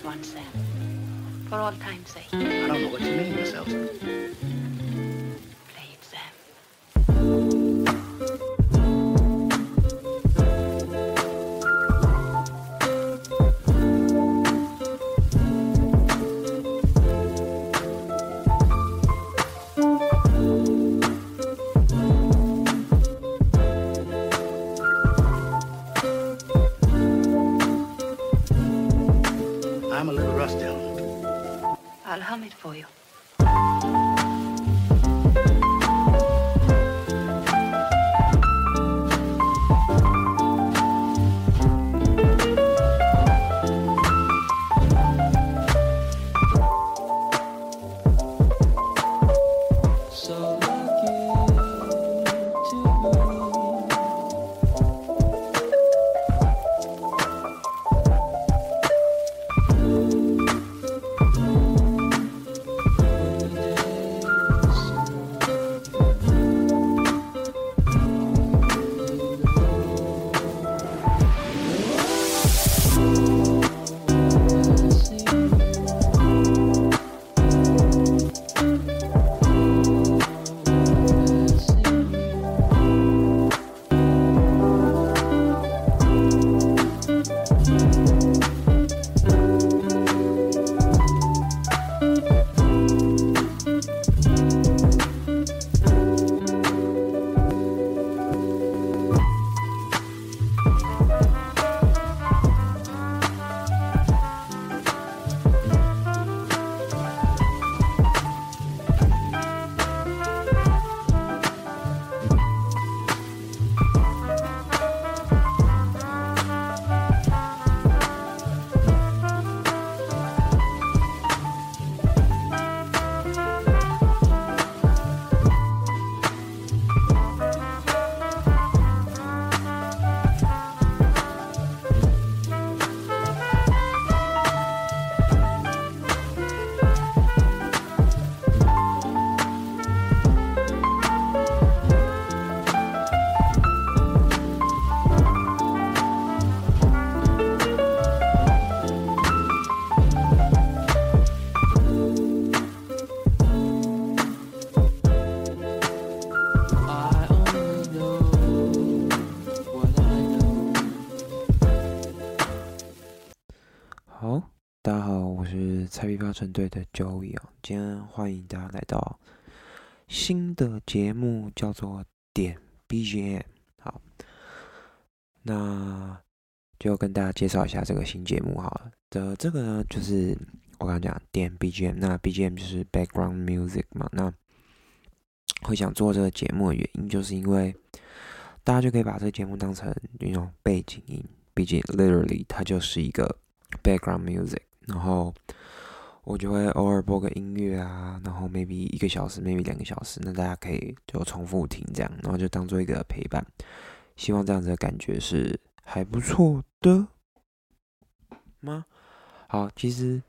one, Sam. For all time's sake. I don't know what you mean, Miss Elton. Play it, Sam. I'm a little rusty, Elton. I'll hum it for you. So lucky to be. I only know what I know. 好，大家好，我是菜批发船队的 Joey 哦。今天欢迎大家来到新的节目，叫做点 BGM。好，那就跟大家介绍一下这个新节目好了。这个呢，就是我刚刚讲点 BGM，那 BGM 就是 background music 嘛。那会想做这个节目的原因，就是因为大家就可以把这个节目当成那种背景音，毕竟 literally 它就是一个 background music， 然后我就会偶尔播个音乐啊，然后 maybe 1个小时 maybe 2个小时，那大家可以就重复听这样，然后就当做一个陪伴，希望这样子的感觉是还不错的吗？好，其实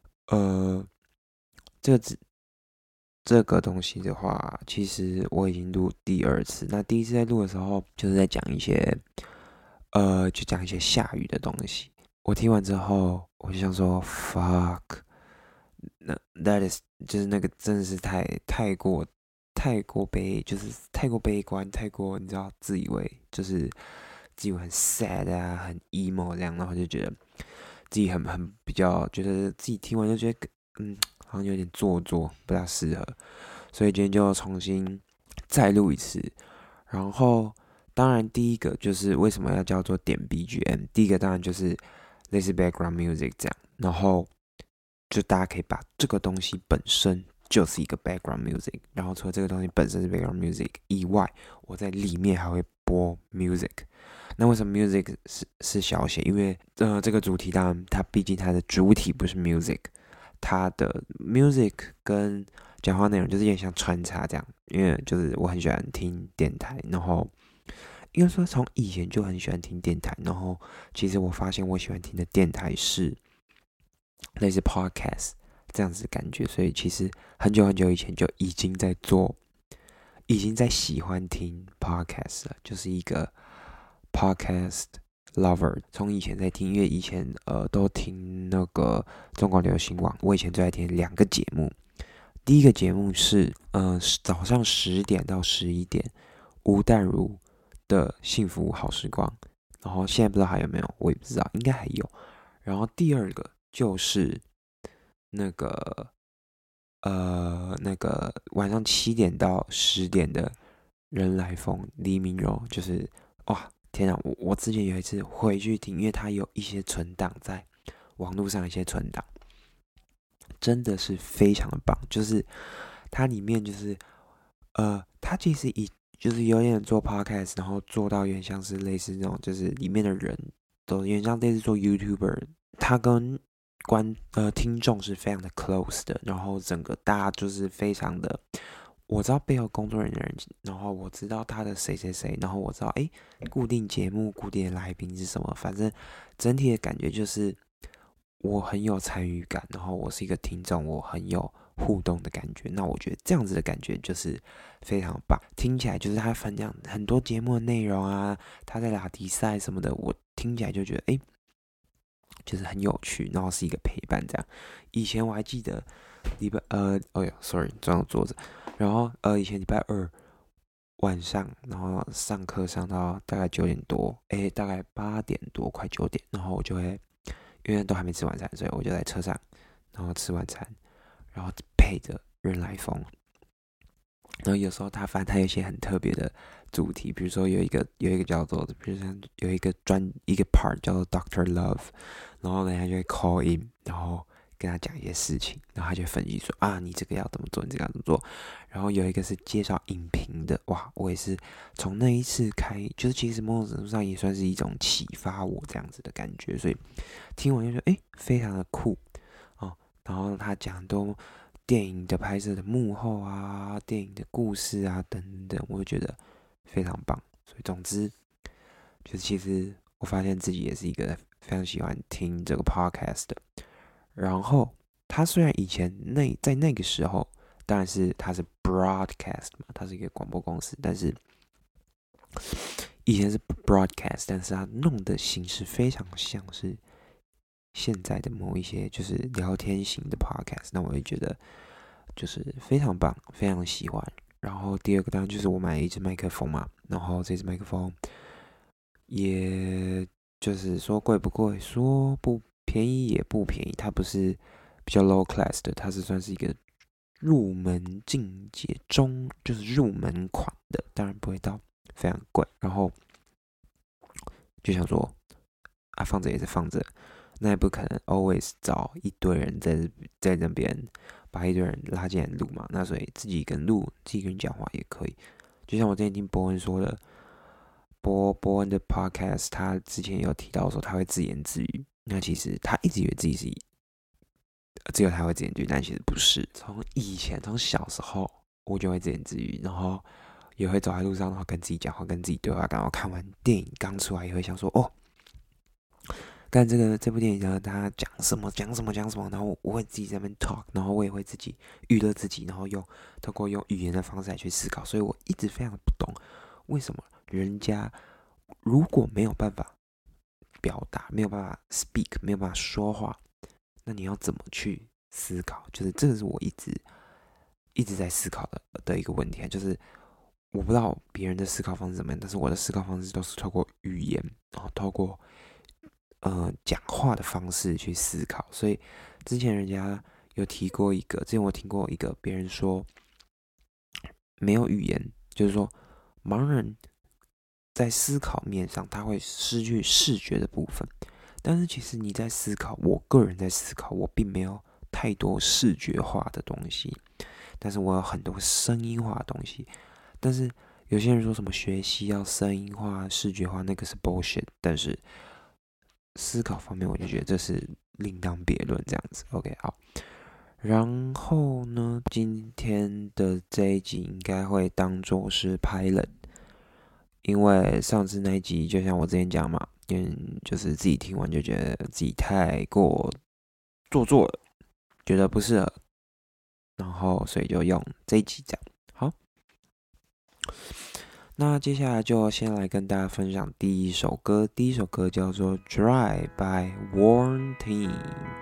这个东西的话，其实我已经录第2次。那第一次在录的时候，就是在讲一些，就讲一些下雨的东西。我听完之后，我就想说 ，fuck， 那 that is 就是那个真的是太过就是太过悲观，太过你知道自以为就是自以为很 sad 啊，很 emo 这样，然后就觉得自己很比较觉得自己听完就觉得好像有点做作，不大适合，所以今天就重新再录一次。然后，当然第一个就是为什么要叫做点 BGM， 第一个当然就是类似 background music 这样，然后就大家可以把这个东西本身就是一个 background music， 然后除了这个东西本身是 background music 以外，我在里面还会播 music。那为什么 music 是小写？因为这个主题当然它毕竟它的主体不是 music。他的 music 跟讲话内容就是有点像穿插这样，因为就是我很喜欢听电台，然后应该说从以前就很喜欢听电台，然后其实我发现我喜欢听的电台是类似 podcast 这样子的感觉，所以其实很久很久以前就已经在喜欢听 podcast 了，就是一个 podcast lover， 从以前在听，因为以前都听那个中国流行网，我以前最爱听2个节目。第一个节目是早上10点到11点，吴淡如的幸福好时光，然后现在不知道还有没有，我也不知道，应该还有。然后第二个就是那个晚上7点到10点的人来疯，黎明柔，就是哇天啊！我之前有一次回去听，因为它有一些存档在网络上，一些存档真的是非常的棒，就是它里面就是它其实就是有点做 podcast， 然后做到有点像是类似那种，就是里面的人都有点像类似做 YouTuber， 他跟听众是非常的 close 的，然后整个大家就是非常的，我知道背后工作人员，然后我知道他的谁，然后我知道固定节目固定的来宾是什么，反正整体的感觉就是我很有参与感，然后我是一个听众，我很有互动的感觉。那我觉得这样子的感觉就是非常棒，听起来就是他分享很多节目的内容啊，他在打比赛什么的，我听起来就觉得就是很有趣，然后是一个陪伴这样。以前我还记得sorry， 撞到桌子。然后以前礼拜2晚上，然后上课上到大概9点多，大概8点多快9点，然后我就会因为都还没吃晚餐，所以我就在车上，然后吃晚餐，然后配着人来疯。然后有时候反正他有一些很特别的主题，比如说有一个叫做，比如说有一个part 叫做 Dr. Love， 然后人家就会 call in， 然后跟他讲一些事情，然后他就会分析说你这个要怎么做，你这个要怎么做。然后有一个是介绍影评的，哇，我也是从那一次就是其实某种程度上也算是一种启发我这样子的感觉，所以听完就觉得非常的酷哦。然后他讲很多电影的拍摄的幕后啊，电影的故事啊等等，我就觉得非常棒。所以总之就是其实我发现自己也是一个非常喜欢听这个 podcast 的。然后他虽然以前在那个时候，当然是他是 broadcast 嘛，他是一个广播公司，但是以前是 broadcast， 但是他弄的形式非常像是现在的某一些就是聊天型的 podcast， 那我会觉得就是非常棒，非常喜欢。然后第二个当然就是我买了一支麦克风嘛，然后这支麦克风也就是说贵不贵，说不便宜也不便宜，它不是比较 low class 的，它是算是一个入门境界中，就是入门款的，当然不会到非常贵。然后就想说放着也是放着，那也不可能 always 找一堆人在那边把一堆人拉进来录嘛，那所以自己一个人录，自己一个人讲话也可以。就像我之前听伯恩说的，伯恩的 podcast， 他之前有提到说他会自言自语，那其实他一直以为自己是只有他会自言自语，但其实不是。从小时候我就会自言自语，然后也会走在路上，然后跟自己讲话，跟自己对话。然后看完电影刚出来，也会想说干这部电影呢，他讲什么，然后我会自己在那边 talk， 然后我也会自己娱乐自己，然后透过用语言的方式来去思考。所以我一直非常的不懂，为什么人家如果没有办法表达，没有办法 speak， 没有办法说话，那你要怎么去思考？就是这个是我一直在思考的一个问题，就是我不知道别人的思考方式怎么样，但是我的思考方式都是透过语言，然后透过讲话的方式去思考。所以之前人家有提过之前我听过一个别人说，没有语言，就是说盲人在思考面上他会失去视觉的部分，但是其实你在思考，我个人在思考，我并没有太多视觉化的东西，但是我有很多声音化的东西。但是有些人说什么学习要声音化、视觉化，那个是 bullshit。但是思考方面，我就觉得这是另当别论，这样子。OK， 好。然后呢，今天的这一集应该会当作是 pilot， 因为上次那一集就像我之前讲嘛，就是自己听完就觉得自己太过做作了，觉得不适合，然后所以就用这一集讲。好， 那接下来就先来跟大家分享第一首歌，第一首歌叫做《Dry》by Warren Teen。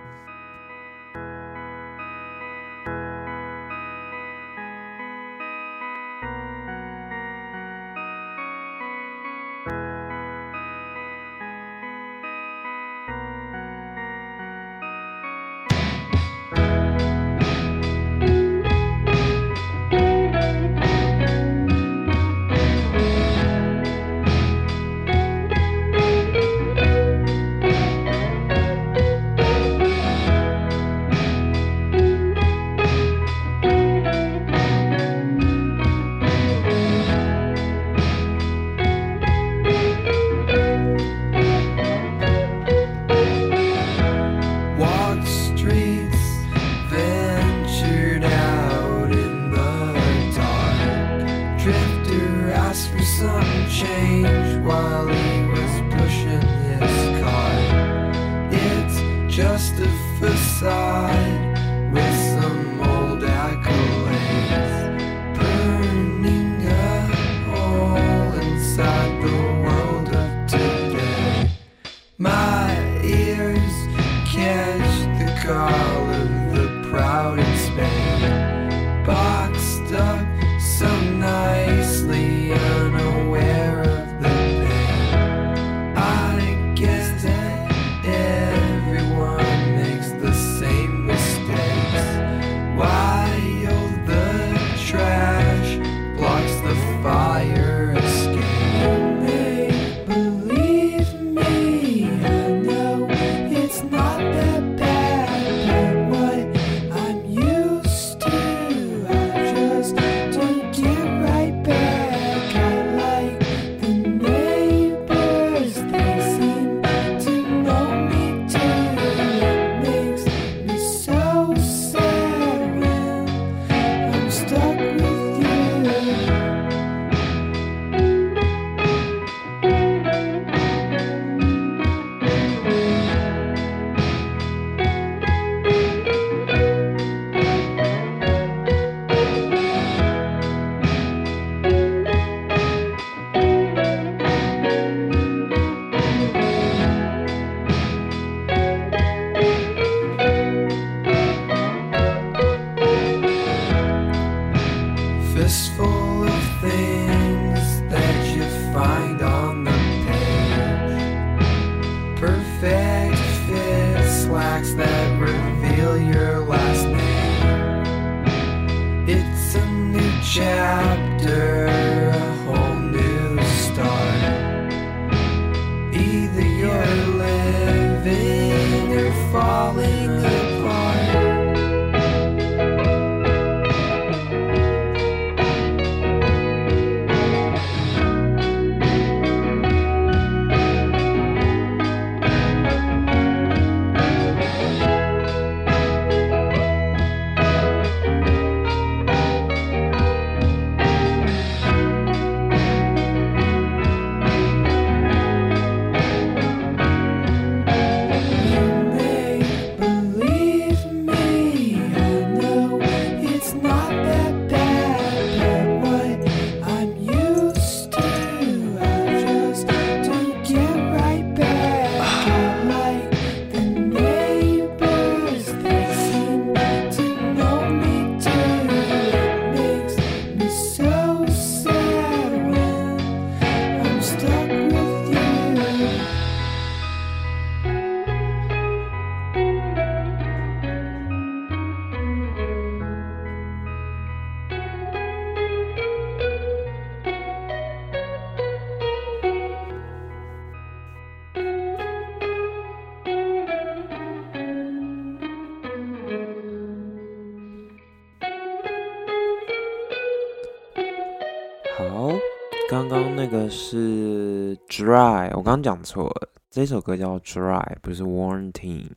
好，刚刚那个是 Dry， 我刚刚讲错了，这首歌叫 Dry， 不是 Warren Teen。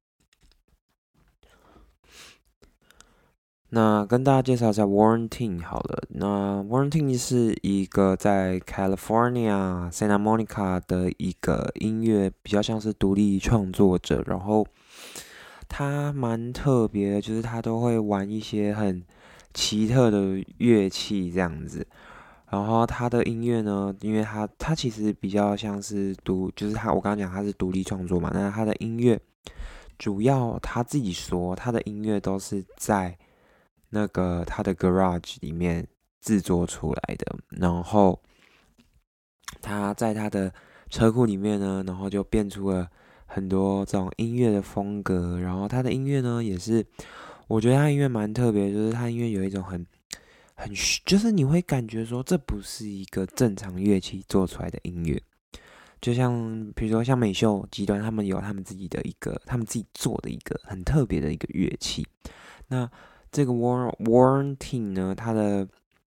那跟大家介绍一下 Warren Teen 好了。那 Warren Teen 是一个在 California Santa Monica 的一个音乐比较像是独立创作者，然后他蛮特别的，就是他都会玩一些很奇特的乐器这样子。 然后他的音乐呢，因为他其实比较像是就是我刚刚讲他是独立创作嘛，那他的音乐主要他自己说他的音乐都是在那个他的 garage 里面制作出来的，然后他在他的车库里面呢，然后就变出了很多这种音乐的风格，然后他的音乐呢也是，我觉得他音乐蛮特别，就是他音乐有一种很就是你会感觉说这不是一个正常乐器做出来的音乐，就像比如说像美秀集团，他们有他们自己做的一个很特别的一个乐器。那这个 Warranty 呢，它的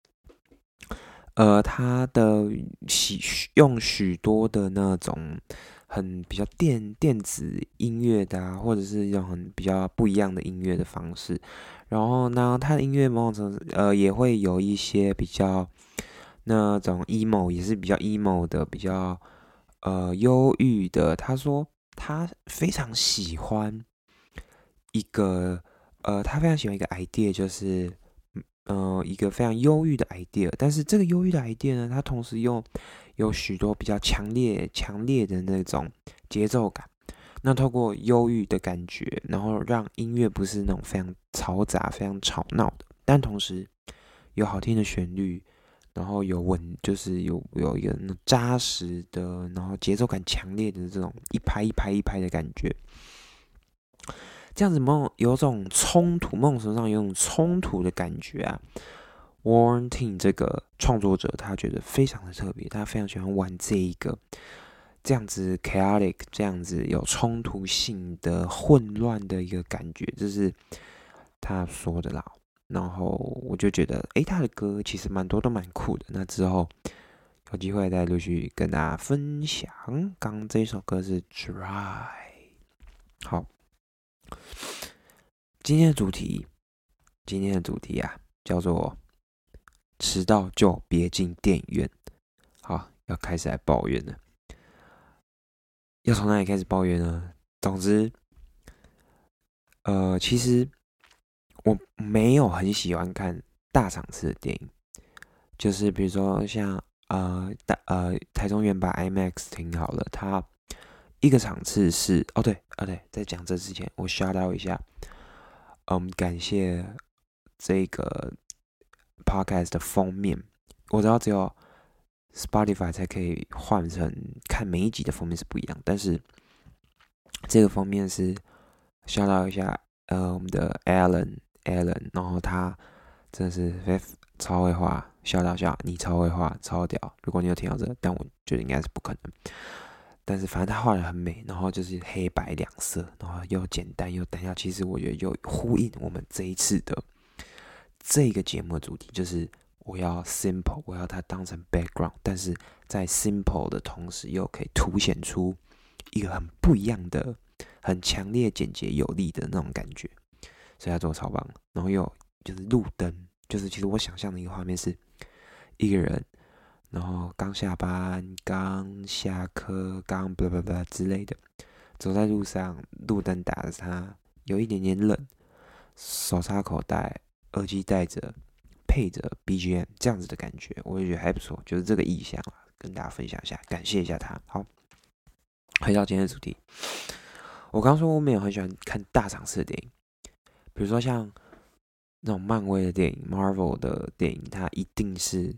用许多的那种很比较电子音乐的啊，或者是一种很比较不一样的音乐的方式。然后呢，他的音乐某种程度也会有一些比较那种 emo， 也是比较 emo 的，比较忧郁的。他说他非常喜欢一个idea，就是一个非常忧郁的 idea。但是这个忧郁的 idea 呢，它同时又有许多比较强烈的那种节奏感。那透过忧郁的感觉，然后让音乐不是那种非常嘈杂、非常吵闹的，但同时有好听的旋律，然后就是有一个那扎实的，然后节奏感强烈的这种一拍一拍一拍的感觉。这样子有种冲突，梦身上有种冲突的感觉啊。Warranty 这个创作者他觉得非常的特别，他非常喜欢玩这样子 chaotic， 这样子有冲突性的混乱的一个感觉，这是他说的啦。然后我就觉得，他的歌其实蛮多都蛮酷的。那之后有机会再陆续跟大家分享。刚这一首歌是 Dry。好，今天的主题啊，叫做迟到就别进电影院。好，要开始来抱怨了。要从哪里开始抱怨呢？总之，其实我没有很喜欢看大场次的电影，就是比如说像台中原版 IMAX 听好了，它一个场次是对，在讲这之前，我 shout out 一下，感谢这个 podcast 的封面，我知道只有Spotify 才可以换成看每一集的封面是不一样，但是这个封面是 shout out 一下我们的 Alan， 然后他真的是超会画，shout out你超会画，超屌。如果你有听到这个，但我觉得应该是不可能。但是反正他画的很美，然后就是黑白两色，然后又简单又单调。其实我觉得有呼应我们这一次的这个节目的主题，就是我要 simple， 我要它当成 background， 但是在 simple 的同时又可以凸显出一个很不一样的、很强烈、简洁有力的那种感觉，所以他做得超棒。然后又就是路灯，就是其实我想象的一个画面是一个人，然后刚下班、刚下课、刚blah blah blah之类的，走在路上，路灯打着他，有一点点冷，手插口袋，耳机戴着，配着 BGM 这样子的感觉，我也觉得还不错，就是这个意象啊，跟大家分享一下，感谢一下他。好，回到今天的主题，我刚说我没有很喜欢看大场次的电影，比如说像那种漫威的电影、Marvel 的电影，它一定是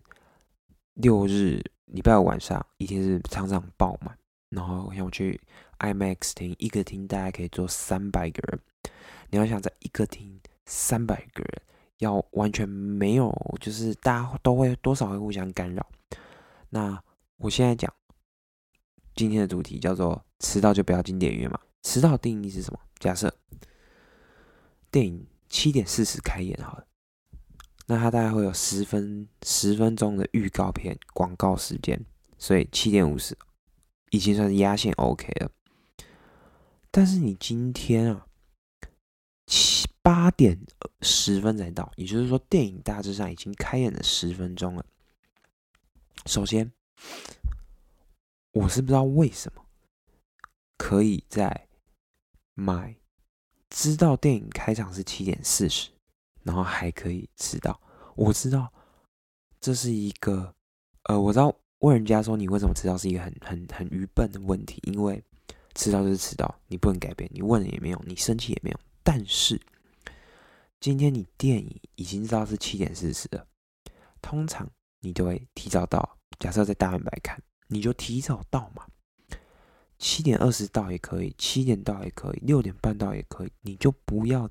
6日礼拜五晚上一定是场场爆满，然后像我去 IMAX 厅，一个厅大概可以坐300个人，你要想在一个厅300个人，要完全没有，就是大家都会多少会互相干扰。那我现在讲今天的主题叫做迟到就不要进电影院嘛。迟到的定义是什么？假设电影7点40开演好了，那它大概会有10分钟的预告片广告时间，所以7点50已经算是压线 OK 了。但是你今天啊8点10分才到，也就是说电影大致上已经开演了10分钟了。首先，我是不知道为什么可以在知道电影开场是7点40，然后还可以迟到。我知道这是一个我知道问人家说你为什么迟到是一个很愚笨的问题，因为迟到就是迟到，你不能改变，你问了也没用，你生气也没用。但是今天你电影已经知道是7:40了，通常你就会提早到。假设在大圆白看，你就提早到嘛，7:20到也可以，7点到也可以，6点半到也可以，你就不要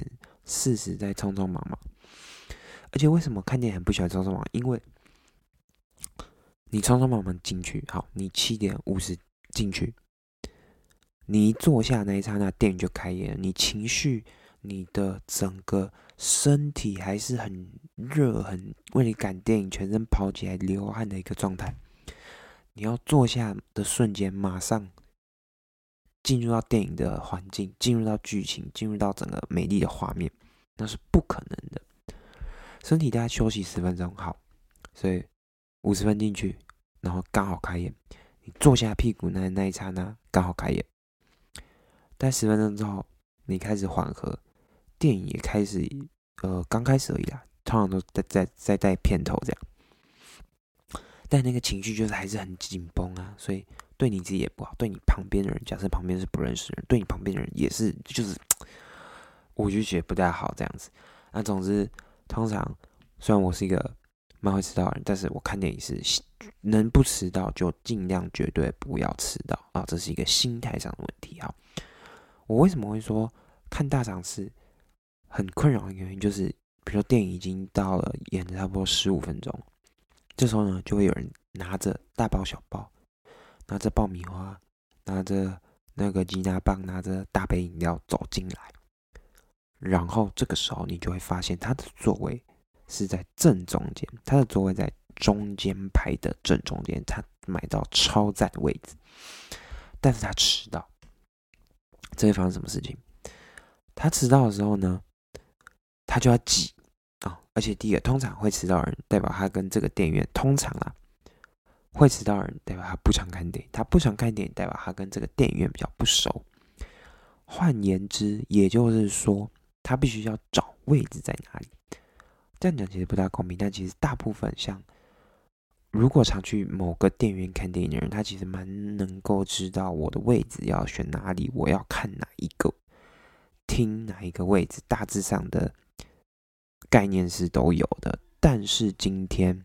7:40再匆匆忙忙。而且为什么看电影很不喜欢匆匆忙忙？因为你匆匆忙忙进去，好，你7:50进去，你一坐下那一刹那，电影就开演了，你情绪、你的整个身体还是很热，很为你赶电影，全身跑起来流汗的一个状态。你要坐下的瞬间，马上进入到电影的环境，进入到剧情，进入到整个美丽的画面，那是不可能的。身体大概休息10分钟，好，所以50分进去，然后刚好开演。你坐下屁股那一刹那，刚好开演。但10分钟之后，你开始缓和，电影也开始，刚开始而已啦，通常都在带片头这样。但那个情绪就是还是很紧绷啊，所以对你自己也不好，对你旁边的人，假设旁边是不认识的人，对你旁边的人也是，就是我就觉得不太好这样子。那总之，通常虽然我是一个蛮会迟到的人，但是我看电影是能不迟到就尽量绝对不要迟到啊，这是一个心态上的问题。好，我为什么会说看大场是很困扰的原因，就是比如说电影已经到了演了差不多15分钟。这时候呢，就会有人拿着大包小包，拿着爆米花，拿着那个吉拿棒，拿着大杯饮料走进来。然后这个时候，你就会发现他的座位是在正中间，他的座位在中间排的正中间，他买到超赞的位置，但是他迟到。这会发生什么事情？他迟到的时候呢，他就要挤。而且第一个，通常会迟到的人，代表他跟这个电影院通常啦，会迟到的人代表他不常看电影，他不常看电影代表他跟这个电影院比较不熟。换言之，也就是说，他必须要找位置在哪里。这样讲其实不大公平，但其实大部分像如果常去某个电影院看电影的人，他其实蛮能够知道我的位置要选哪里，我要看哪一个厅哪一个位置，大致上的概念是都有的。但是今天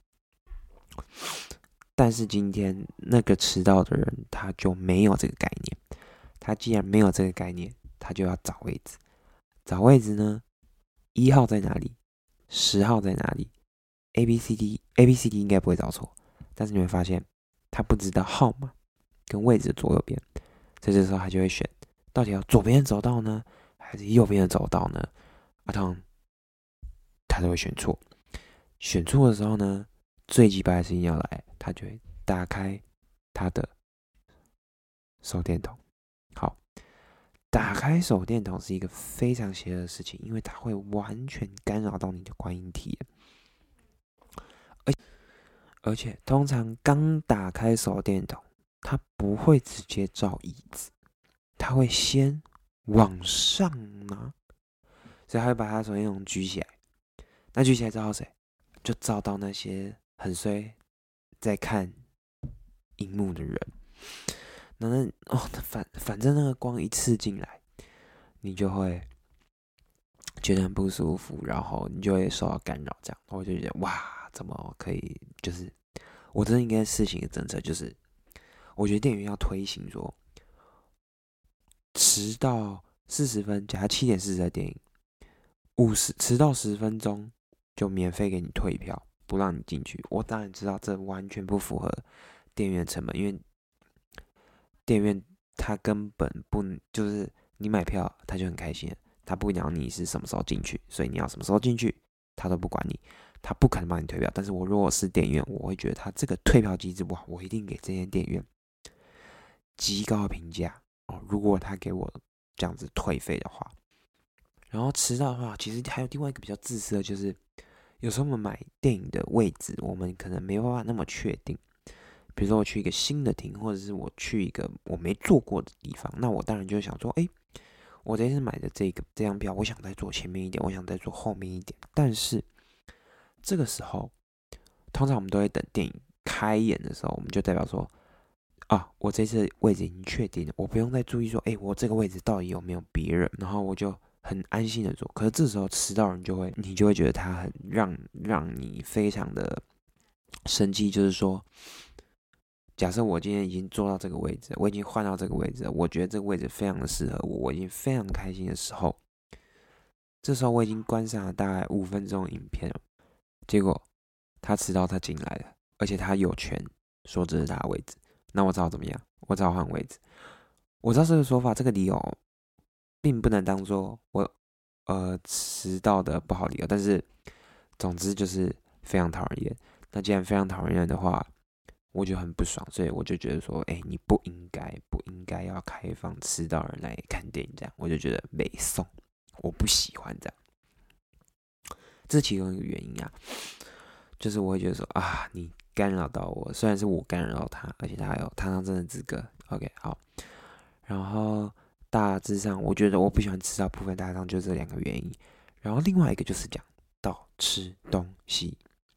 那个迟到的人他就没有这个概念。他既然没有这个概念，他就要找位置。找位置呢，1号在哪里，10号在哪里 ，A B C D 应该不会找错。但是你会发现他不知道号码跟位置的左右边，所以这时候他就会选，到底要左边的走道呢，还是右边的走道呢？通常他都会选错。选错的时候呢，最鸡掰的事情要来，他就会打开他的手电筒。好，打开手电筒是一个非常邪恶的事情，因为它会完全干扰到你的观影体验。而且通常刚打开手电筒，它不会直接照椅子，它会先往上拿，所以他会把他手电筒举起来。那举起来照到谁？就照到那些很衰在看荧幕的人。反正那个光一刺进来，你就会觉得很不舒服，然后你就会受到干扰。这样，我就觉得哇，怎么可以？就是我真的应该试行的政策，就是我觉得电影院要推行说，迟到40分，假如7:40的电影迟到10分钟就免费给你退票，不让你进去。我当然知道这完全不符合电影院成本，因为电影院他根本不就是你买票他就很开心，他不鸟你是什么时候进去，所以你要什么时候进去他都不管你，他不可能帮你退票。但是我如果是电影院，我会觉得他这个退票机制不好，我一定给这间电影院极高的评价如果他给我这样子退费的话。然后迟到的话，其实还有另外一个比较自私的，就是有时候我们买电影的位置，我们可能没办法那么确定。比如说我去一个新的厅，或者是我去一个我没坐过的地方，那我当然就想说，我这次买的这张票，我想再坐前面一点，我想再坐后面一点。但是这个时候， 通常我们都会等电影开演的时候，我们就代表说，啊，我这次位置已经确定了，我不用再注意说，我这个位置到底有没有别人，然后我就很安心的坐。可是这时候迟到人你就会觉得他很让你非常的生气，就是说，假设我今天已经坐到这个位置，我已经换到这个位置了，我觉得这个位置非常的适合我，我已经非常开心的时候，这时候我已经观赏了大概5分钟的影片了，结果他迟到，他进来了，而且他有权说这是他的位置，那我只好怎么样？我只好换位置。我知道这个说法，这个理由并不能当做我迟到的不好理由，但是总之就是非常讨人厌。那既然非常讨人厌的话，我就很不爽，所以我就觉得说，你不应该要开放迟到人来看电影这样，我就觉得没送，我不喜欢这样。这是其中一个原因啊，就是我会觉得说啊，你干扰到我，虽然是我干扰到他，而且他有堂堂正正的资格。OK， 好，然后大致上我觉得我不喜欢迟到部分，大致上就这2个原因。然后另外一个就是讲到吃东西。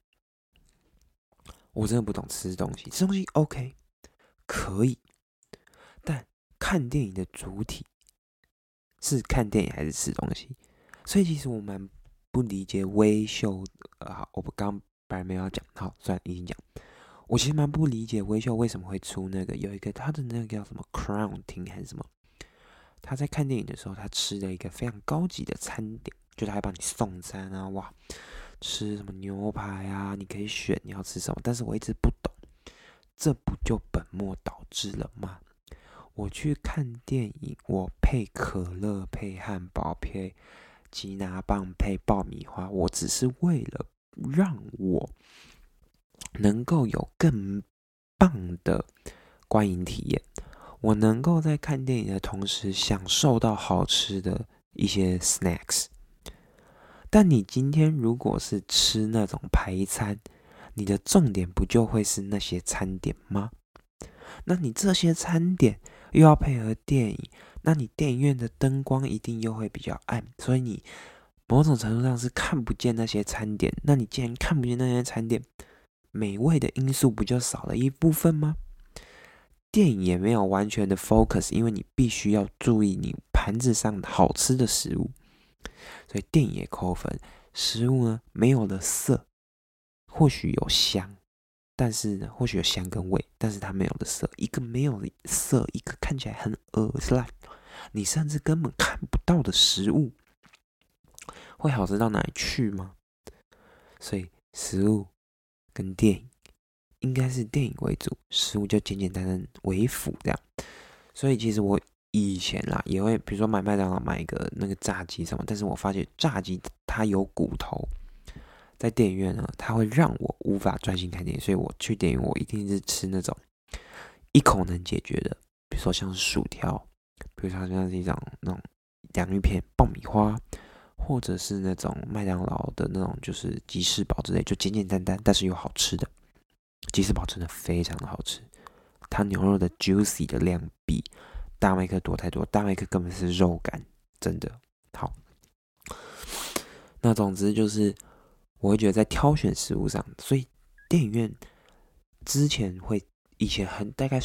我真的不懂吃东西，吃东西 OK 可以，但看电影的主体是看电影还是吃东西？所以其实我蛮不理解微秀，好，我刚本来没有要讲，好，算了，已经讲。我其实蛮不理解微秀为什么会出那个有一个他的那个叫什么 Crown 厅还是什么，他在看电影的时候，他吃了一个非常高级的餐点，就他还帮你送餐啊，哇！吃什么牛排啊？你可以选你要吃什么，但是我一直不懂，这不就本末倒置了吗？我去看电影，我配可乐、配汉堡、配吉拿棒、配爆米花，我只是为了让我能够有更棒的观影体验，我能够在看电影的同时享受到好吃的一些 snacks。但你今天如果是吃那种排餐，你的重点不就会是那些餐点吗？那你这些餐点又要配合电影，那你电影院的灯光一定又会比较暗，所以你某种程度上是看不见那些餐点。那你既然看不见那些餐点，美味的因素不就少了一部分吗？电影也没有完全的 focus， 因为你必须要注意你盘子上好吃的食物。所以电影也扣分，食物呢没有了色，或许有香，但是呢或许有香跟味，但是它没有了色。一个没有色，一个看起来很恶烂，你甚至根本看不到的食物，会好吃到哪里去吗？所以食物跟电影应该是电影为主，食物就简简单单为辅这样。所以其实我以前啦也会，比如说买麦当劳买一个那个炸鸡什么，但是我发现炸鸡它有骨头，在电影院呢，它会让我无法专心看电影，所以我去电影我一定是吃那种一口能解决的，比如说像是薯条，比如说像是一种那种洋芋片、爆米花，或者是那种麦当劳的那种就是吉士堡之类，就简简单单但是又好吃的。吉士堡真的非常的好吃，它牛肉的 juicy 的量比大麦克多太多，大麦克根本是肉感，真的好。那总之就是，我会觉得在挑选食物上，所以电影院之前以前大概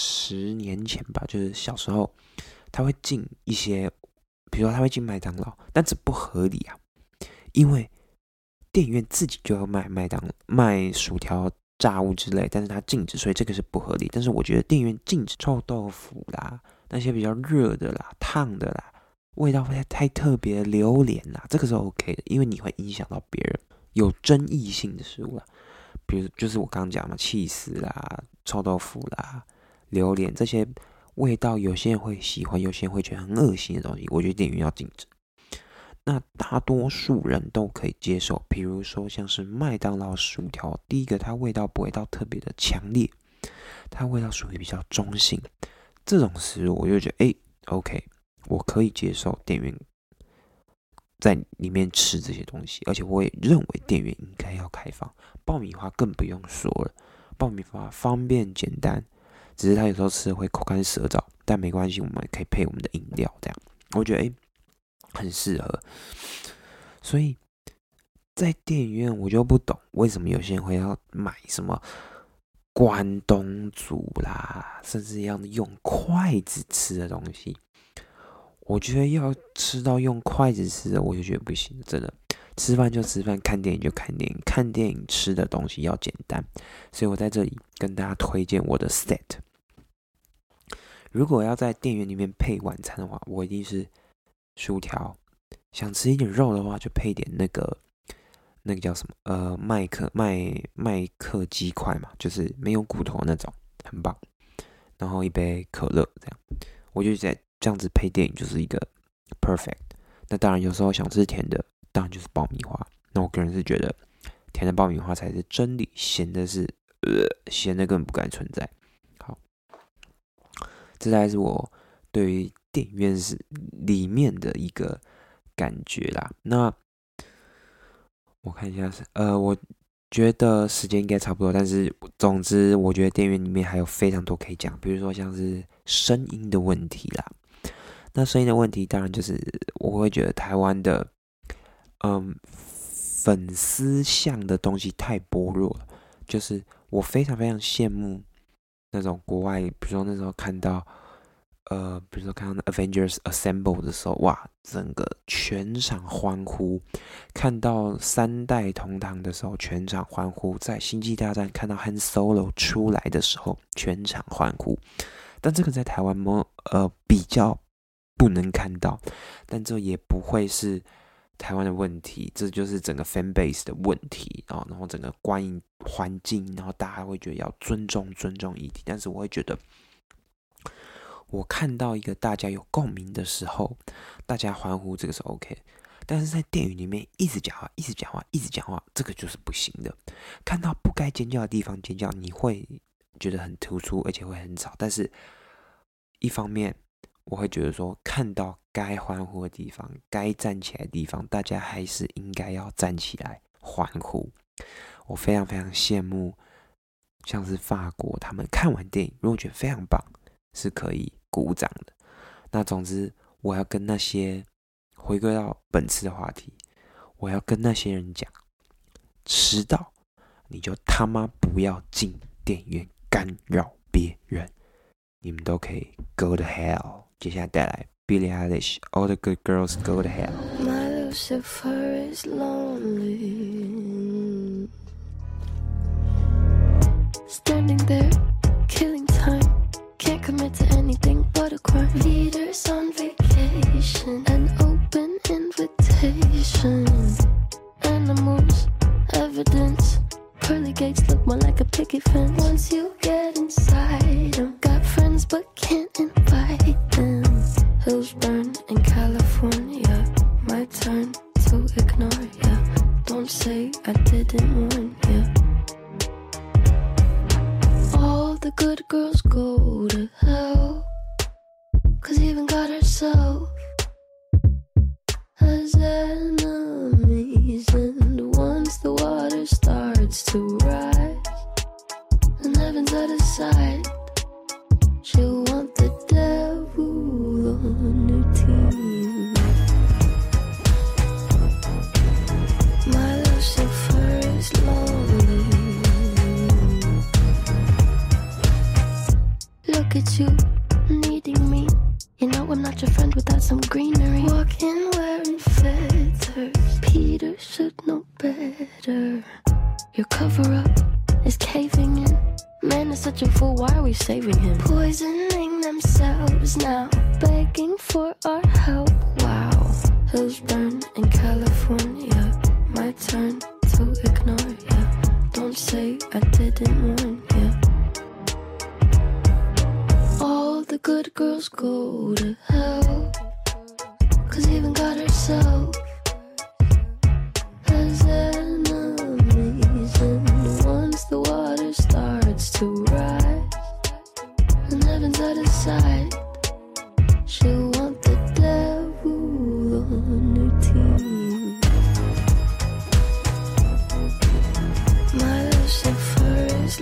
10年前吧，就是小时候，他会进一些，比如说他会进麦当劳，但这不合理啊，因为电影院自己就要卖薯条、炸物之类，但是它禁止，所以这个是不合理。但是我觉得电影院禁止臭豆腐啦，那些比较热的啦、烫的啦，味道太特别的榴莲啦，这个是 OK 的，因为你会影响到别人，有争议性的食物啦，比如就是我刚刚讲嘛，起司啦、臭豆腐啦、榴莲这些味道，有些人会喜欢，有些人会觉得很恶心的东西，我觉得电影院要禁止。那大多数人都可以接受，比如说像是麦当劳薯条，第一个它味道不会到特别的强烈，它味道属于比较中性，这种食物我就觉得OK， 我可以接受电影院在里面吃这些东西，而且我也认为电影院应该要开放。爆米花更不用说了，爆米花方便简单，只是它有时候吃会口干舌燥，但没关系，我们可以配我们的饮料，这样我觉得很适合。所以在电影院我就不懂为什么有些人会要买什么关东煮啦，甚至要用筷子吃的东西。我觉得要吃到用筷子吃的，我就觉得不行，真的。吃饭就吃饭，看电影就看电影，看电影吃的东西要简单。所以我在这里跟大家推荐我的 set。如果要在电影院里面配晚餐的话，我一定是薯条。想吃一点肉的话，就配点那个叫什么？麦克鸡块嘛，就是没有骨头那种，很棒。然后一杯可乐，这样，我就在这样子配电影就是一个 perfect。那当然有时候想吃甜的，当然就是爆米花。那我个人是觉得甜的爆米花才是真理，咸的根本不该存在。好，这大概是我对于电影院里面的一个感觉啦。那我看一下，我觉得时间应该差不多，但是总之，我觉得电影院里面还有非常多可以讲，比如说像是声音的问题啦。那声音的问题，当然就是我会觉得台湾的，粉丝向的东西太薄弱了。就是我非常非常羡慕那种国外，比如说那时候看到。比如说看到 Avengers Assemble 的时候，哇，整个全场欢呼；看到三代同堂的时候，全场欢呼；在星际大战看到 Han Solo 出来的时候，全场欢呼。但这个在台湾比较不能看到，但这也不会是台湾的问题，这就是整个 fan base 的问题啊。然后整个观影环境，然后大家会觉得要尊重议题，但是我会觉得。我看到一个大家有共鸣的时候，大家欢呼，这个是 OK。但是在电影里面一直讲话，这个就是不行的。看到不该尖叫的地方尖叫，你会觉得很突出，而且会很吵。但是一方面，我会觉得说，看到该欢呼的地方，该站起来的地方，大家还是应该要站起来欢呼。我非常非常羡慕，像是法国，他们看完电影，如果觉得非常棒。是可以鼓掌的。那总之，我要跟那些回归到本次的话题，我要跟那些人讲，迟到你就他妈不要进电影院干扰别人，你们都可以 go to hell。接下来带来 Billie Eilish All the Good Girls Go to Hell。 My Lucifer is lonely, standing there killing time.Can't commit to anything but a crime. Leaders on vacation, an open invitation. Animals, evidence. Pearly gates look more like a picket fence. Once you get inside them, got friends but can't invite them. Hills burn in California. My turn to ignore ya. Don't say I didn't warn ya.All the good girls go to hell, 'cause even God herself has enemies. And once the water starts to rise and heaven's out of sight, she'll want the devil on her team. My Lucifer is lonely.Look at you, needing me. You know I'm not your friend without some greenery. Walking wearing feathers, Peter should know better. Your cover-up is caving in. Man is such a fool, why are we saving him? Poisoning themselves now, begging for our help. Wow, hills burn in California. My turn to ignore ya. Don't say I didn't warn ya.All the good girls go to hell, 'cause even God herself has enemies. And once the water starts to rise and heaven's out of sight, she'll want the devil on her team. My Lucifer is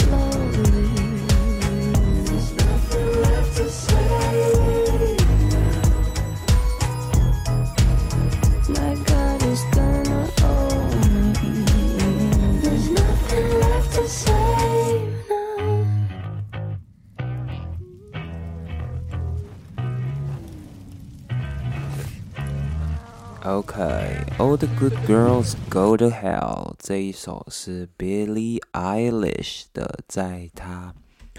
lonely.To say my God is gonna own OK，All the good girls go to hell 这一首是 Billie Eilish 的，在她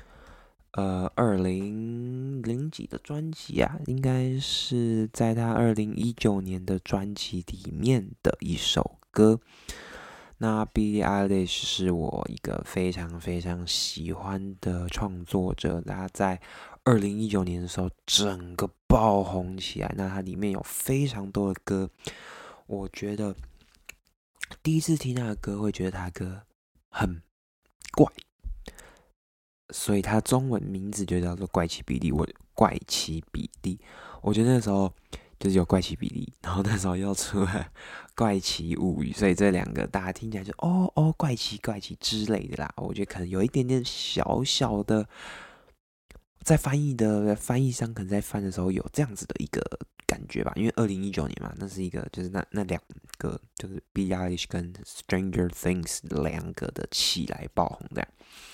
2000几的专辑啊，应该是在她2019年的专辑里面的一首歌。那 Billie Eilish 是我一个非常非常喜欢的创作者，他在2019年的时候整个爆红起来。那它里面有非常多的歌，我觉得第一次听他的歌会觉得他的歌很怪，所以他中文名字就叫做怪奇比利。怪奇比利，我觉得那时候就是有怪奇比利，然后那时候又出了怪奇物语，所以这两个大家听起来就怪奇之类的啦。我觉得可能有一点点小小的，在翻译上可能在翻的时候有这样子的一个感觉吧，因为2019年嘛，那是一个就是那两个就是 Billie Eilish 跟 Stranger Things 两个的起来爆红这样。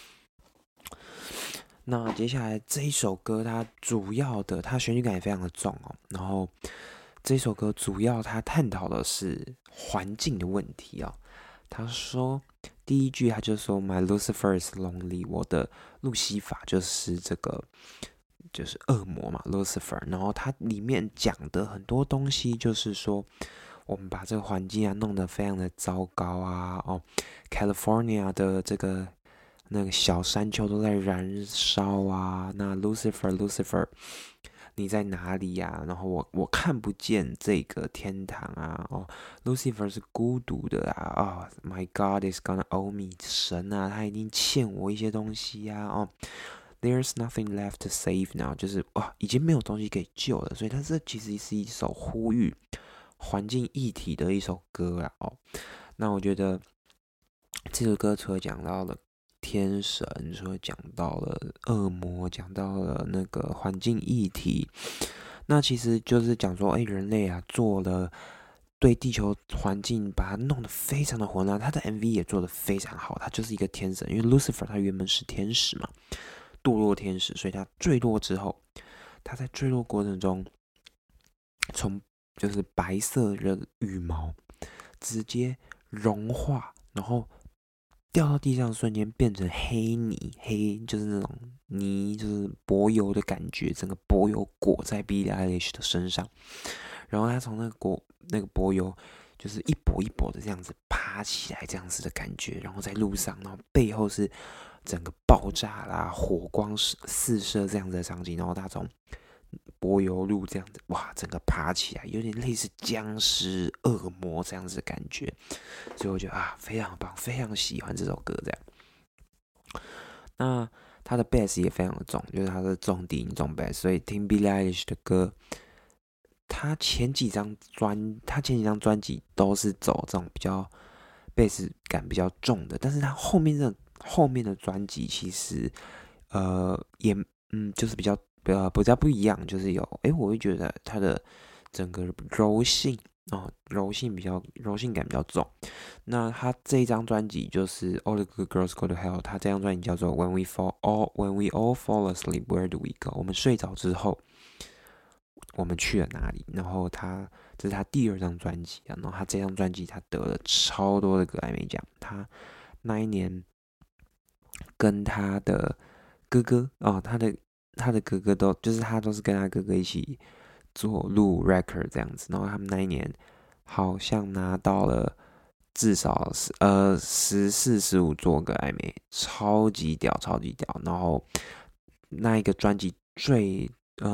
那接下来这一首歌，它主要的它旋律感也非常的重哦，然后这首歌主要它探讨的是环境的问题哦。他说第一句他就说 My Lucifer is lonely， 我的路西法就是这个就是恶魔嘛 Lucifer， 然后它里面讲的很多东西就是说我们把这个环境啊弄得非常的糟糕啊California 的这个那个小山丘都在燃烧啊，那 Lucifer 你在哪里呀？然后我看不见这个天堂啊Lucifer 是孤独的啊My God is gonna owe me， 神啊他一定欠我一些东西啊There's nothing left to save now， 就是已经没有东西可以救了，所以它这其实是一首呼吁环境议题的一首歌啦那我觉得这首歌除了讲到了天神，除了讲到了恶魔，讲到了那个环境议题，那其实就是讲说人类啊做了对地球环境把它弄得非常的混乱，他的 MV 也做得非常好，他就是一个天神，因为 Lucifer 他原本是天使嘛，堕落天使，所以他坠落之后，他在坠落过程中从就是白色的羽毛直接融化，然后掉到地上的瞬间变成黑泥，就是那种泥，就是柏油的感觉，整个柏油裹在 Billie Eilish 的身上，然后他从那个柏油就是一跛一跛的这样子爬起来，这样子的感觉，然后在路上，然后背后是整个爆炸啦，火光四射这样子的场景，然后他从柏油路这样子整个爬起来，有点类似僵尸恶魔这样子的感觉，所以我觉得非常棒，非常喜欢这首歌这样。那他的 bass 也非常的重，就是他的重低音重 bass， 所以听 Billie Eilish 的歌，他前几张专辑都是走这种比较 bass 感比较重的，但是他后面的专辑其实也就是比较不一样，就是有我会觉得它的整个柔性感比较重。那他这一张专辑就是 All the Good Girls Go to Hell， 他这张专辑叫做 When we all fall asleep Where do we go？ 我们睡着之后我们去了哪里？然后这是他第2张专辑然后他这张专辑他得了超多的格莱美奖，他那一年跟他的哥哥他的哥哥都是跟他哥哥一起做录 record 这样子，然后他们那一年好像拿到了至少14、15座格莱美，超级屌。然后那个专辑最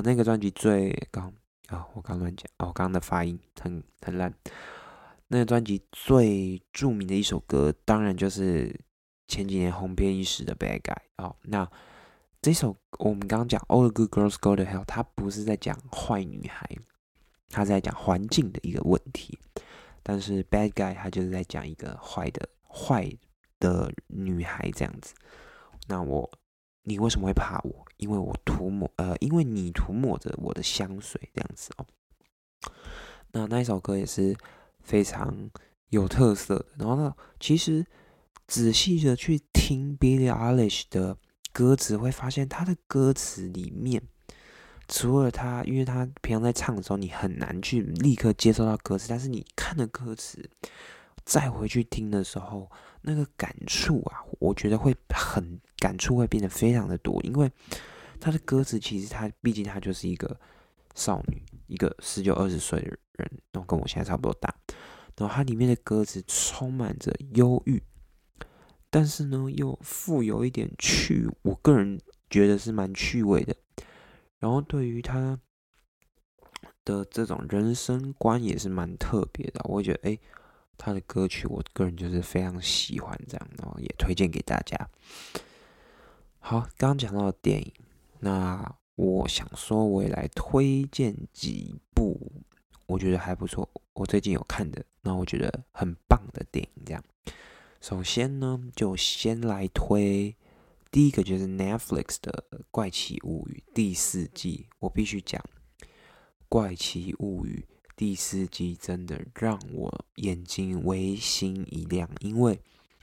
我刚乱讲我刚刚的发音很烂。那个专辑最著名的一首歌，当然就是前几年红遍一时的 Bad Guy 那这首我们刚刚讲 All the Good Girls Go to Hell， 它不是在讲坏女孩，它是在讲环境的一个问题。但是 Bad Guy 它就是在讲一个坏的女孩这样子。那你为什么会怕我？因为你涂抹着我的香水这样子那一首歌也是非常有特色的。然后呢，其实仔细的去听 Billie Eilish 的歌词，会发现他的歌词里面除了他，因为他平常在唱的时候，你很难去立刻接受到歌词，但是你看了歌词，再回去听的时候，那个感触啊，我觉得感触会变得非常的多，因为他的歌词其实毕竟他就是一个少女，一个19、20岁的人，然后跟我现在差不多大，然后它里面的歌词充满着忧郁，但是呢又富有一点我个人觉得是蛮趣味的。然后对于他的这种人生观也是蛮特别的，我会觉得他的歌曲我个人就是非常喜欢这样，然后也推荐给大家。好，刚刚讲到的电影，那我想说我也来推荐几部我觉得还不错，我最近有看的，那我觉得很棒的电影这样。首先呢，就先来推第一个，就是 Netflix 的《怪奇物语》第4季。我必须讲，《怪奇物语》第4季真的让我眼睛微星一亮，因为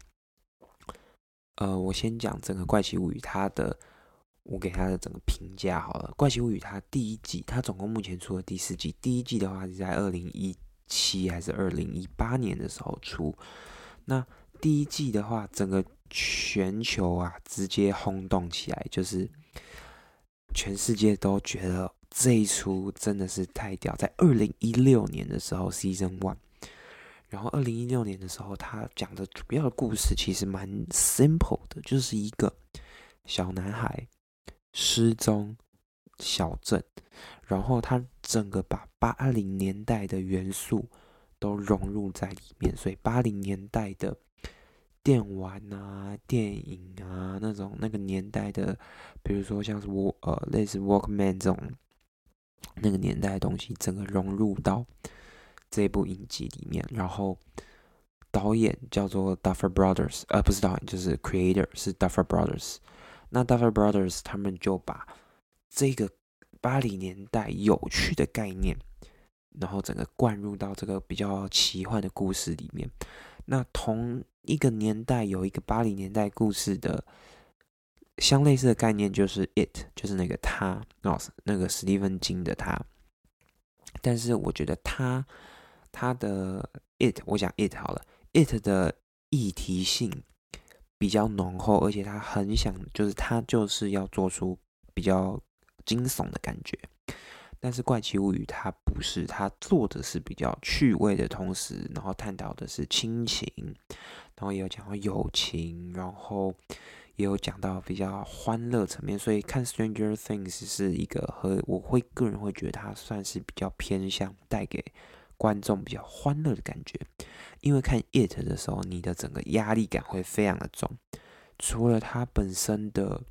我先讲整个《怪奇物语》我给它的整个评价好了。《怪奇物语》它第1季，它总共目前出了第4季，第1季的话是在2017还是2018年的时候出。那第1季的话，整个全球啊直接轰动起来，就是全世界都觉得这一出真的是太屌。在2016年的时候 Season 1， 然后2016年的时候，他讲的主要的故事其实蛮 simple 的，就是一个小男孩失踪小镇，然后他整个把80年代的元素都融入在里面，所以80年代的电玩啊、电影啊那个年代的，比如说像是类似 Walkman 这种那个年代的东西，整个融入到这部影集里面。然后导演叫做 Duffer Brothers， 不是导演，就是 creator 是 Duffer Brothers。那 Duffer Brothers 他们就把这个80年代有趣的概念，然后整个灌入到这个比较奇幻的故事里面。那同一个年代有一个80年代故事的相类似的概念，就是 It， 就是那个他，那个史蒂芬金的他。但是我觉得他的 It， 我讲 It 好了 ，It 的议题性比较浓厚，而且他很想，他就是要做出比较惊悚的感觉。但是《怪奇物语》它不是，它做的是比较趣味的同时，然后探讨的是亲情，然后也有讲到友情，然后也有讲到比较欢乐层面。所以看《Stranger Things》是一个我个人会觉得它算是比较偏向带给观众比较欢乐的感觉。因为看《It》的时候，你的整个压力感会非常的重，除了它本身的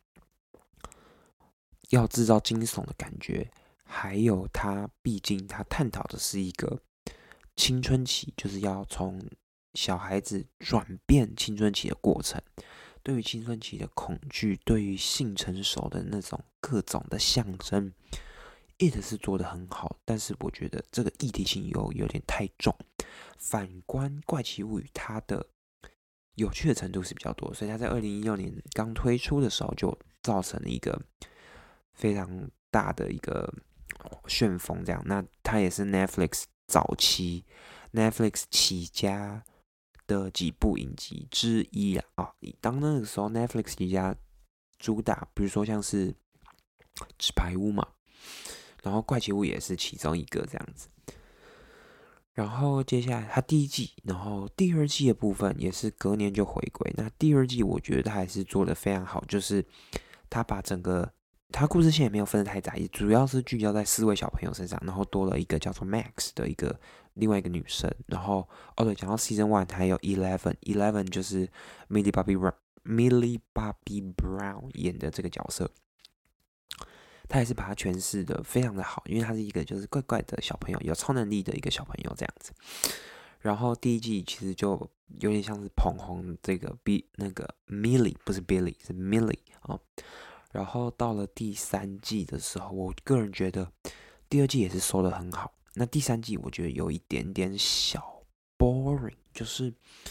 要制造惊悚的感觉。还有毕竟他探讨的是一个青春期，就是要从小孩子转变青春期的过程，对于青春期的恐惧，对于性成熟的那种各种的象征 ，It 是做得很好，但是我觉得这个议题性有点太重。反观《怪奇物语》，它的有趣的程度是比较多，所以它在2016年刚推出的时候就造成了一个非常大的一个旋风这样。那它也是 Netflix 早期 Netflix 起家的几部影集之一啊。当那个时候 Netflix 起家主打，比如说像是纸牌屋嘛，然后怪奇物也是其中一个这样子。然后接下来它第1季，然后第2季的部分也是隔年就回归。那第2季我觉得它还是做得非常好，就是它把整个它故事线也没有分得太窄，也主要是聚焦在4位小朋友身上，然后多了一个叫做 Max 的另外一个女生。然后对，讲到 Season 1还有 Eleven 就是 Millie Bobby Brown 演的这个角色，他也是把它诠释的非常的好，因为他是一个就是怪怪的小朋友，有超能力的一个小朋友这样子。然后第1季其实就有点像是捧红这个那个 Millie， 不是 Billy， 是 Millie 啊。然后到了第3季的时候，我个人觉得第2季也是收得很好。那第3季我觉得有一点点小 boring， 就是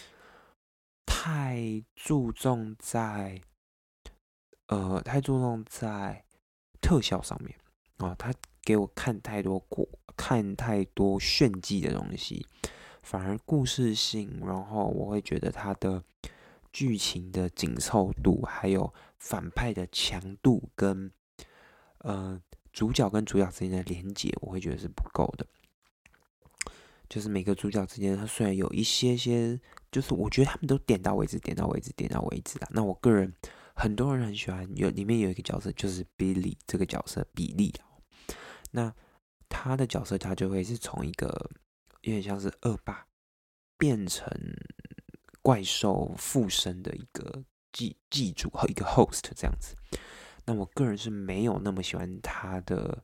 太注重在特效上面。 他给我看太多炫技的东西，反而故事性，然后我会觉得它的剧情的紧凑度，还有反派的强度跟主角跟主角之间的连结，我会觉得是不够的。就是每个主角之间，他虽然有一些，就是我觉得他们都点到为止啦。那我个人，很多人很喜欢，里面有一个角色就是 Billy 这个角色，比利。那他的角色，他就会是从一个有点像是恶霸，变成怪兽附身的一个祭主和一个 host 这样子。那我个人是没有那么喜欢他的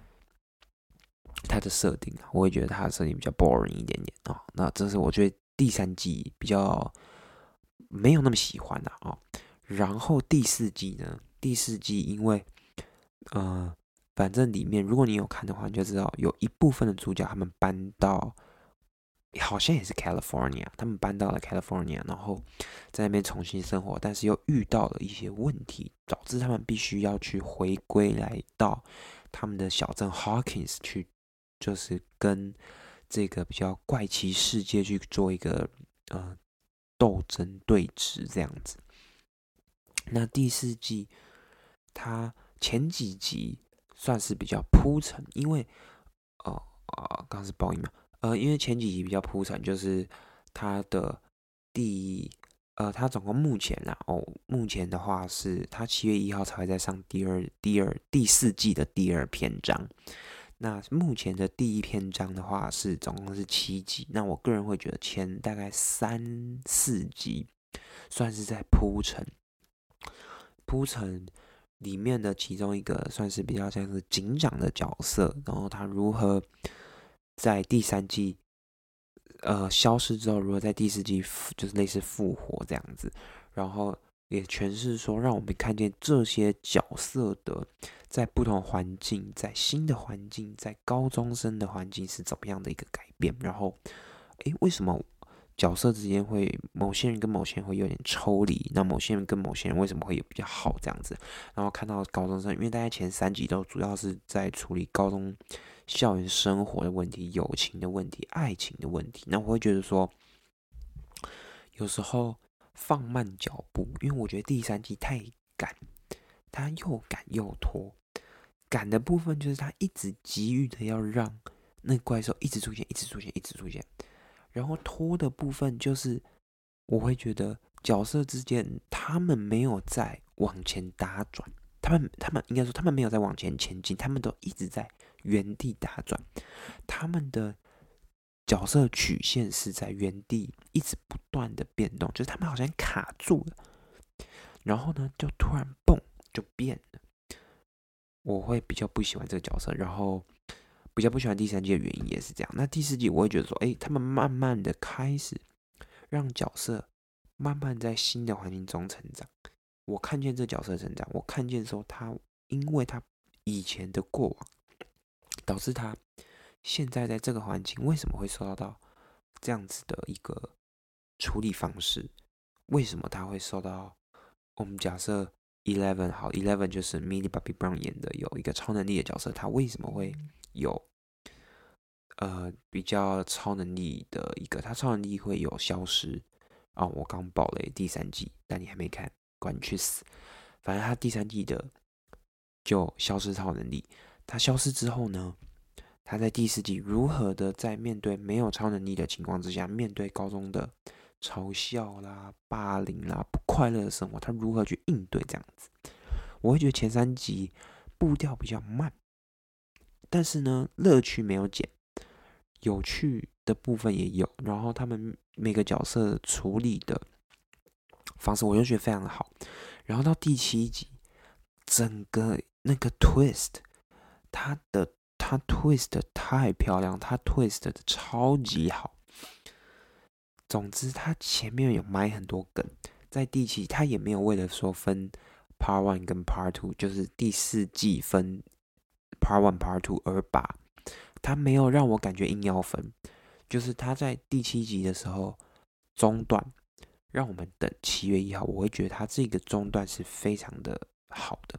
设定啊，我会觉得他的设定比较 boring 一点点啊。那这是我觉得第3季比较没有那么喜欢的啊。然后第4季呢？第4季因为反正里面如果你有看的话，你就知道有一部分的主角他们搬到好像也是 California， 他们搬到了 California， 然后在那边重新生活，但是又遇到了一些问题，导致他们必须要去回归来到他们的小镇 Hawkins 去，就是跟这个比较怪奇世界去做一个斗争对峙这样子。那第4季它前几集算是比较铺陈，因为刚是爆音嘛。因为前几集比较铺陈，就是它的它总共目前的话是它7月1号才会再上第4季的第2篇章。那目前的第1篇章的话是总共是7集。那我个人会觉得前大概3-4集算是在铺陈里面的其中一个算是比较像是警长的角色，然后他如何在第3季消失之后，如何在第4季就是类似复活这样子，然后也诠释说让我们看见这些角色的在不同环境，在新的环境，在高中生的环境是怎么样的一个改变，然后为什么角色之间会某些人跟某些人会有点抽离，那某些人跟某些人为什么会有比较好这样子，然后看到高中生，因为大概前3集都主要是在处理高中校园生活的问题、友情的问题、爱情的问题，那我会觉得说有时候放慢脚步，因为我觉得第3季太赶，它又赶又拖。赶的部分就是它一直急于的要让那个怪兽一直出现，然后拖的部分就是我会觉得角色之间他们没有在往前打转，他们应该说他们没有在往前前进，他们都一直在原地打转，他们的角色曲线是在原地一直不断的变动，就是他们好像卡住了，然后呢就突然蹦就变了。我会比较不喜欢这个角色，然后比较不喜欢第3季的原因也是这样。那第4季我会觉得说，他们慢慢的开始让角色慢慢在新的环境中成长。我看见这角色成长，我看见说他因为他以前的过往，导致他现在在这个环境为什么会受到这样子的一个处理方式？为什么他会受到？我们假设 Eleven 就是 Millie Bobby Brown 演的有一个超能力的角色，他为什么会有比较超能力的一个？他超能力会有消失我刚爆雷第3季，但你还没看，管你去死！反正他第3季的就消失超能力，他消失之后呢，他在第4季如何的在面对没有超能力的情况之下，面对高中的嘲笑啦、霸凌啦、不快乐的生活，他如何去应对这样子？我会觉得前3集步调比较慢，但是呢，乐趣没有减，有趣的部分也有，然后他们每个角色处理的方式，我就觉得非常的好。然后到第7集，整个那个 twist， 他 twist 的太漂亮，他 twist 的超级好。总之，他前面有埋很多梗，在第7，他也没有为了说分 Part 1跟 Part 2，就是第4季分 Part 1、Part 2而把，他没有让我感觉硬要分，就是他在第7集的时候中断，让我们等7月1号，我会觉得他这个中断是非常的好的，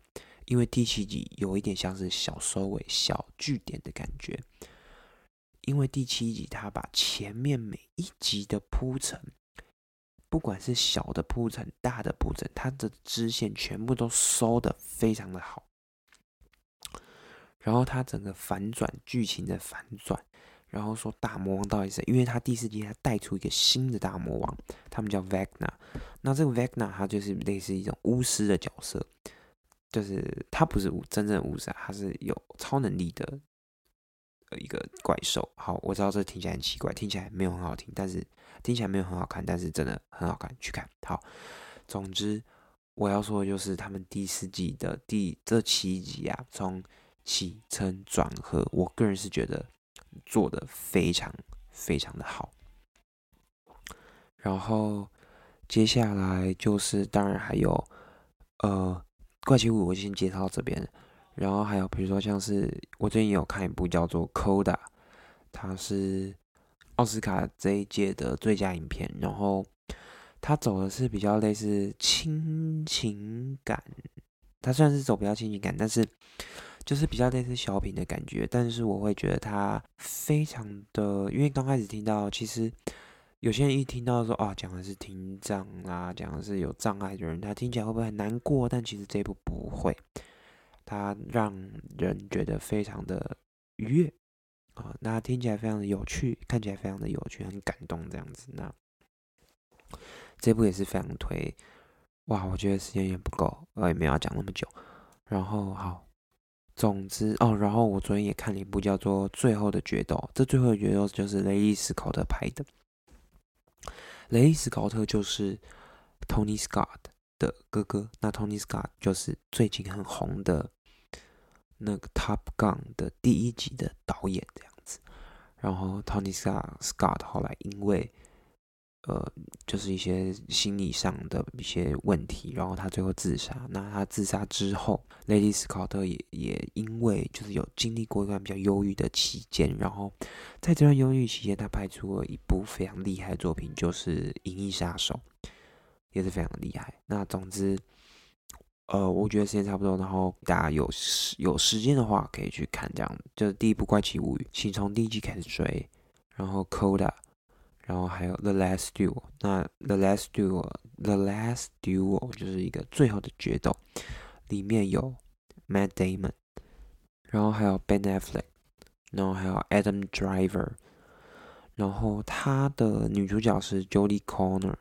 因为第7集有一点像是小收尾、小句点的感觉。因为第7集它把前面每一集的铺陈，不管是小的铺陈、大的铺陈，它的支线全部都收得非常的好。然后它整个反转，剧情的反转，然后说大魔王到底是谁？因为他第4集他带出一个新的大魔王，他们叫 Vecna。那这个 Vecna 他就是类似一种巫师的角色，就是他不是真正的巫师，他是有超能力的一个怪兽。好，我知道这听起来很奇怪，听起来没有很好听，但是听起来没有很好看，但是真的很好看，去看。好，总之我要说的就是他们第4季的这7集啊，从起承转合，我个人是觉得做得非常非常的好。然后接下来就是当然还有怪奇物语我就先介绍到这边。然后还有比如说像是我最近有看一部叫做 Coda， 它是奥斯卡这一届的最佳影片，然后它走的是比较类似亲情感，它虽然是走比较亲情感，但是就是比较类似小品的感觉。但是我会觉得它非常的，因为刚开始听到，其实有些人一听到说讲的是听障啊，讲的是有障碍的人，他听起来会不会很难过？但其实这一部不会，它让人觉得非常的愉悦那听起来非常的有趣，看起来非常的有趣，很感动这样子。那这部也是非常推，哇，我觉得时间有点不够，也没有要讲那么久。然后好，总之然后我昨天也看了一部叫做《最后的决斗》，这《最后的决斗》就是雷利·史考特拍的。雷利·史考特就是 Tony Scott 的哥哥，那 Tony Scott 就是最近很红的那个 Top Gun 的第1集的导演这样子。然后 Tony Scott 后来因为就是一些心理上的一些问题，然后他最后自杀。那他自杀之后，雷利·史考特也因为就是有经历过一段比较忧郁的期间，然后在这段忧郁期间，他拍出了一部非常厉害的作品，就是《银翼杀手》，也是非常厉害。那总之，我觉得时间差不多，然后大家有时间的话可以去看，这样就是第一部《怪奇物语》，请从第1季开始追，然后 Coda。然后还有 The Last Duel， 那 The Last Duel 就是一个最后的决斗，里面有 Matt Damon， 然后还有 Ben Affleck， 然后还有 Adam Driver， 然后他的女主角是 Jodie Comer，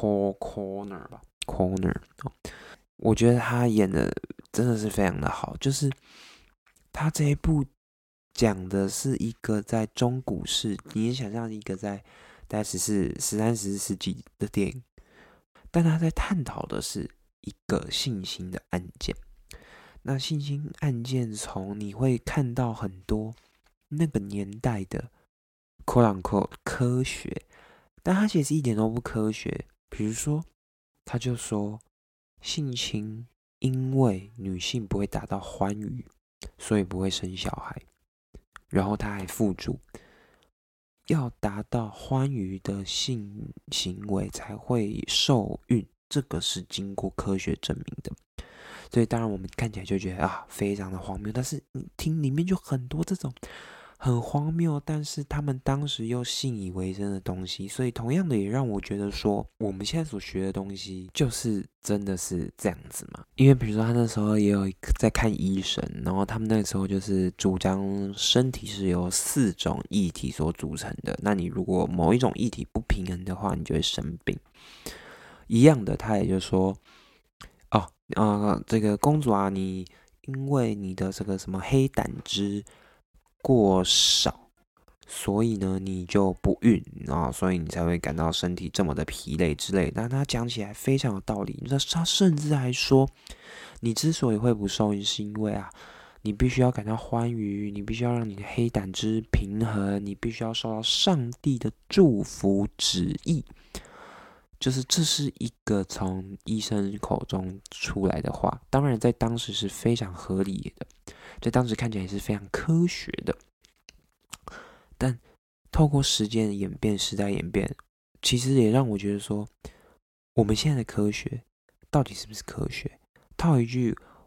我觉得他演的真的是非常的好，就是他这一部讲的是一个在中古世，你也想象一个在大概13、14世纪的电影，但他在探讨的是一个性侵的案件。那性侵案件从你会看到很多那个年代的 quote unquote 科学，但他其实一点都不科学。比如说，他就说性侵因为女性不会达到欢愉，所以不会生小孩，然后他还附注。要达到欢愉的性行为才会受孕，这个是经过科学证明的。所以当然我们看起来就觉得非常的荒谬，但是你听里面就很多这种很荒谬，但是他们当时又信以为真的东西。所以同样的也让我觉得说，我们现在所学的东西就是真的是这样子嘛？因为比如说他那时候也有在看医生，然后他们那时候就是主张身体是由4种液体所组成的，那你如果某一种液体不平衡的话，你就会生病。一样的，他也就说这个公主啊，你因为你的这个什么黑胆汁过少，所以呢你就不孕所以你才会感到身体这么的疲累之类的。但他讲起来非常有道理，他甚至还说，你之所以会不受孕，是因为你必须要感到欢愉，你必须要让你的黑胆汁平衡，你必须要受到上帝的祝福旨意。就是这是一个从医生口中出来的话，当然在当时是非常合理的，在当时看起来也是非常科学的。但透过时间的演变、时代演变，其实也让我觉得说，我们现在的科学到底是不是科学？套一句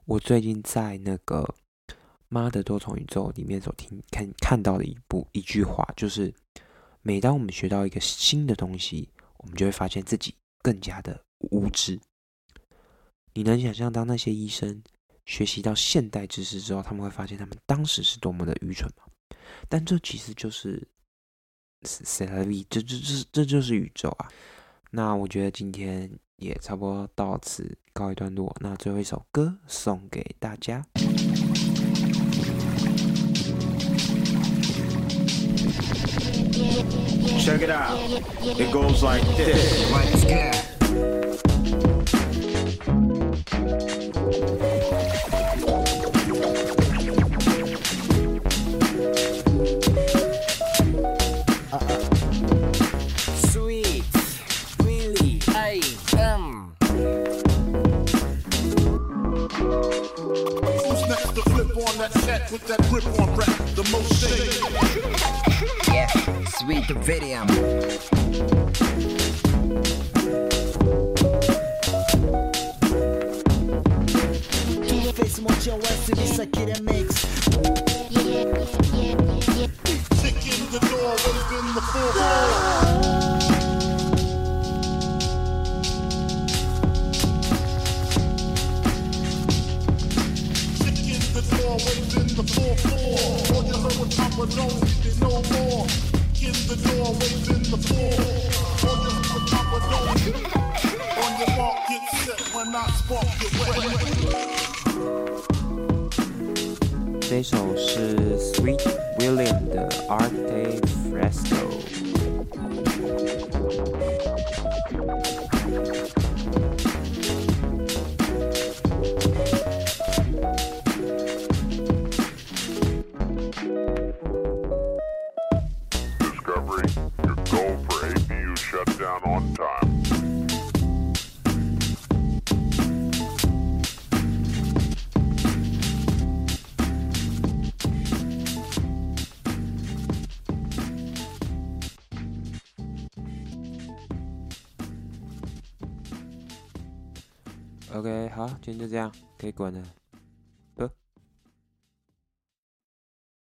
我最近在那个《妈的多重宇宙》里面所看到的一句话，就是每当我们学到一个新的东西，我们就会发现自己更加的无知。你能想象当那些医生学习到现代知识之后，他们会发现他们当时是多么的愚蠢吗？但这其实就是这就是宇宙啊。那我觉得今天也差不多到此告一段落。那最后一首歌送给大家。 Check it out. It goes like this. Let's go. Sweet, really, I am. Who's next to flip on that set with that grip on rap? The most shade. Yeah, sweet video. Fez motion west isso aqui é mix. Kick in the door, waving the full floor. Kick in the door, waving the full floor. All you heard was Papa don't need it no more. Kick in the door, waving the floor. All you heard was Papa don't need it. On your mark, get set. When I spark, get wet. 这首是 Sweet William 的 Art Day Fresco。 Discovery, your goal for APU shutdown on time. OK， 好，今天就这样，可以滚了。